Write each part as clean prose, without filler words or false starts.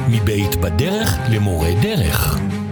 מבית בדרך למורה דרך.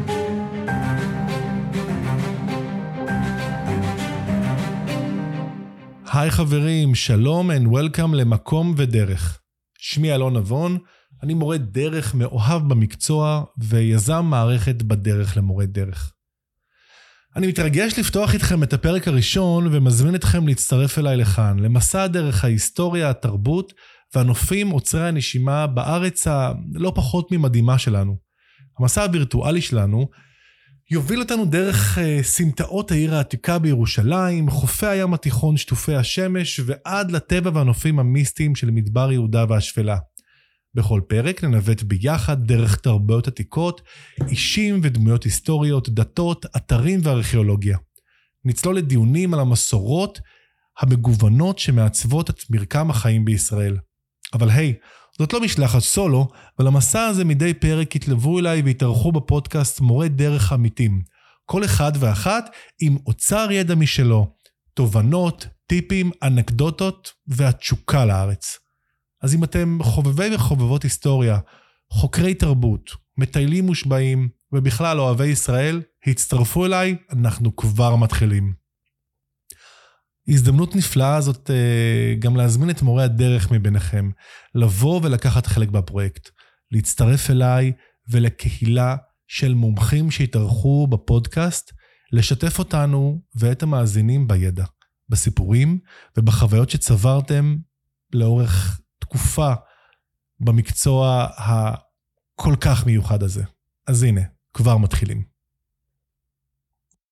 היי חברים, שלום and welcome למקום ודרך. שמי אלון נבון, אני מורה דרך מאוהב במקצוע ויזם מערכת בדרך למורה דרך. אני מתרגש לפתוח איתכם את הפרק הראשון ומזמין אתכם להצטרף אליי לכאן, למסע דרך ההיסטוריה, התרבות והנופים עוצרי הנשימה בארץ הלא פחות ממדהימה שלנו. המסע הווירטואלי שלנו יוביל אותנו דרך סמטאות העיר העתיקה בירושלים, חופי הים התיכון שטופי השמש ועד לטבע והנופים המיסטיים של מדבר יהודה והשפלה. בכל פרק ננווט ביחד דרך תרבויות עתיקות, אישים ודמויות היסטוריות, דתות, אתרים וארכיאולוגיה. נצלול לדיונים על המסורות המגוונות שמעצבות את מרקם החיים בישראל. אבל היי, זאת לא משלחת סולו, ולמסע הזה מדי פרק יתלוו אליי והתארחו בפודקאסט מורה דרך אמיתים. כל אחד ואחת עם אוצר ידע משלו, תובנות, טיפים, אנקדוטות והתשוקה לארץ. אז אם אתם חובבי וחובבות היסטוריה, חוקרי תרבות, מטיילים מושבעים ובכלל אוהבי ישראל, הצטרפו אליי, אנחנו כבר מתחילים. הזדמנות נפלאה הזאת גם להזמין את מורי הדרך מביניכם, לבוא ולקחת חלק בפרויקט, להצטרף אליי ולקהילה של מומחים שהתארחו בפודקאסט, לשתף אותנו ואת המאזינים בידע, בסיפורים ובחוויות שצברתם לאורך תקופה במקצוע הכל כך מיוחד הזה. אז הנה, כבר מתחילים.